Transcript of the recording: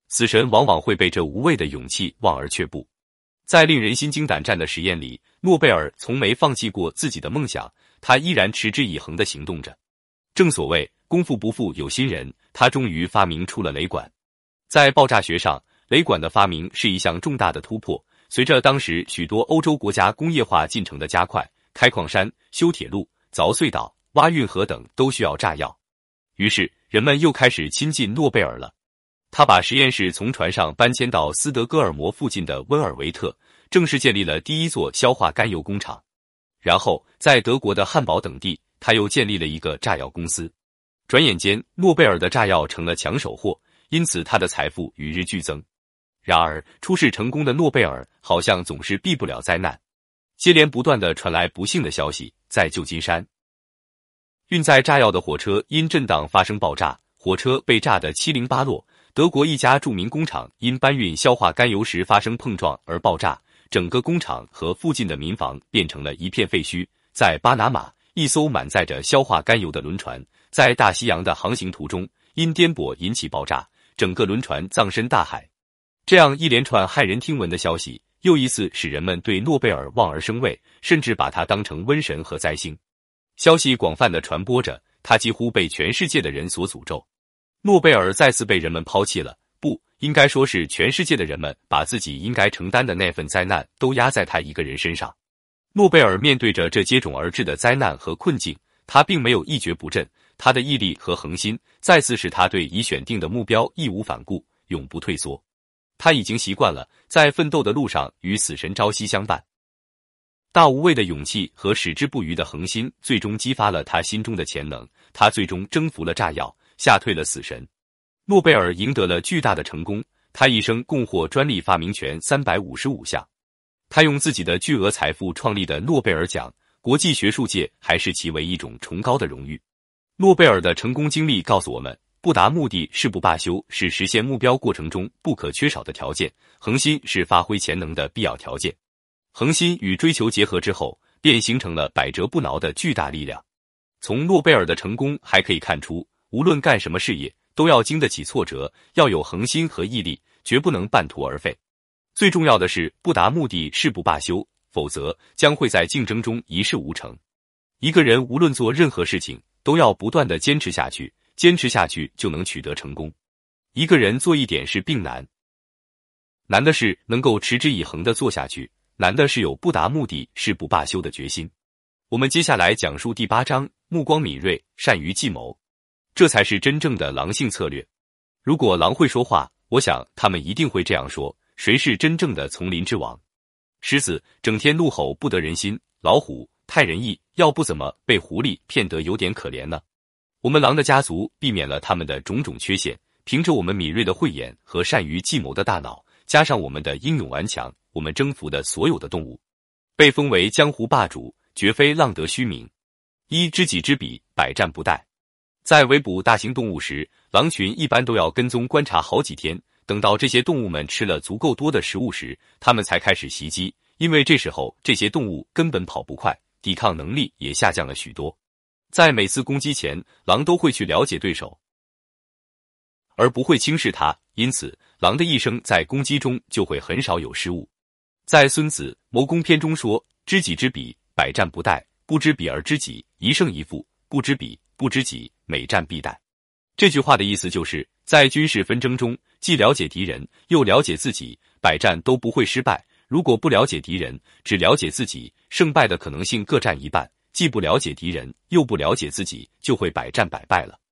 死神往往会被这无谓的勇气望而却步。在令人心惊胆战的实验里，诺贝尔从没放弃过自己的梦想，他依然持之以恒地行动着。正所谓功夫不负有心人，他终于发明出了雷管。在爆炸学上，雷管的发明是一项重大的突破。随着当时许多欧洲国家工业化进程的加快，开矿山、修铁路、凿隧道、挖运河等都需要炸药，于是人们又开始亲近诺贝尔了。他把实验室从船上搬迁到斯德哥尔摩附近的温尔维特，正式建立了第一座消化甘油工厂。然后在德国的汉堡等地，他又建立了一个炸药公司。转眼间，诺贝尔的炸药成了抢手货，因此他的财富与日俱增。然而，出事成功的诺贝尔好像总是避不了灾难。接连不断地传来不幸的消息，在旧金山，运载炸药的火车因震荡发生爆炸，火车被炸得七零八落。德国一家著名工厂因搬运消化甘油时发生碰撞而爆炸，整个工厂和附近的民房变成了一片废墟。在巴拿马，一艘满载着消化甘油的轮船在大西洋的航行途中因颠簸引起爆炸，整个轮船葬身大海。这样一连串骇人听闻的消息，又一次使人们对诺贝尔望而生畏，甚至把他当成瘟神和灾星。消息广泛地传播着，他几乎被全世界的人所诅咒。诺贝尔再次被人们抛弃了，不，应该说是全世界的人们把自己应该承担的那份灾难都压在他一个人身上。诺贝尔面对着这接踵而至的灾难和困境，他并没有一蹶不振，他的毅力和恒心再次使他对已选定的目标义无反顾，永不退缩。他已经习惯了在奋斗的路上与死神朝夕相伴。大无畏的勇气和矢志不渝的恒心最终激发了他心中的潜能，他最终征服了炸药，吓退了死神。诺贝尔赢得了巨大的成功，他一生共获专利发明权355项。他用自己的巨额财富创立的诺贝尔奖，国际学术界还视其为一种崇高的荣誉。诺贝尔的成功经历告诉我们，不达目的誓不罢休是实现目标过程中不可缺少的条件，恒心是发挥潜能的必要条件。恒心与追求结合之后，便形成了百折不挠的巨大力量。从诺贝尔的成功还可以看出，无论干什么事业，都要经得起挫折，要有恒心和毅力，绝不能半途而废。最重要的是，不达目的誓不罢休，否则将会在竞争中一事无成。一个人无论做任何事情，都要不断地坚持下去，坚持下去就能取得成功。一个人做一点事并难，难的是能够持之以恒地做下去，难的是有不达目的誓不罢休的决心。我们接下来讲述第8章，目光敏锐，善于计谋。这才是真正的狼性策略。如果狼会说话，我想他们一定会这样说：谁是真正的丛林之王？狮子整天怒吼不得人心，老虎太仁义，要不怎么被狐狸骗得有点可怜呢？我们狼的家族避免了他们的种种缺陷，凭着我们敏锐的慧眼和善于计谋的大脑，加上我们的英勇顽强，我们征服的所有的动物，被封为江湖霸主，绝非浪得虚名。知己知彼，百战不殆。在围捕大型动物时，狼群一般都要跟踪观察好几天，等到这些动物们吃了足够多的食物时，它们才开始袭击，因为这时候这些动物根本跑不快，抵抗能力也下降了许多。在每次攻击前，狼都会去了解对手，而不会轻视他，因此狼的一生在攻击中就会很少有失误。在《孙子谋攻篇》中说：知己知彼，百战不殆，不知彼而知己，一胜一负，不知彼，不知己，每战必殆。这句话的意思就是在军事纷争中，既了解敌人又了解自己，百战都不会失败。如果不了解敌人，只了解自己，胜败的可能性各占一半；既不了解敌人又不了解自己，就会百战百败了。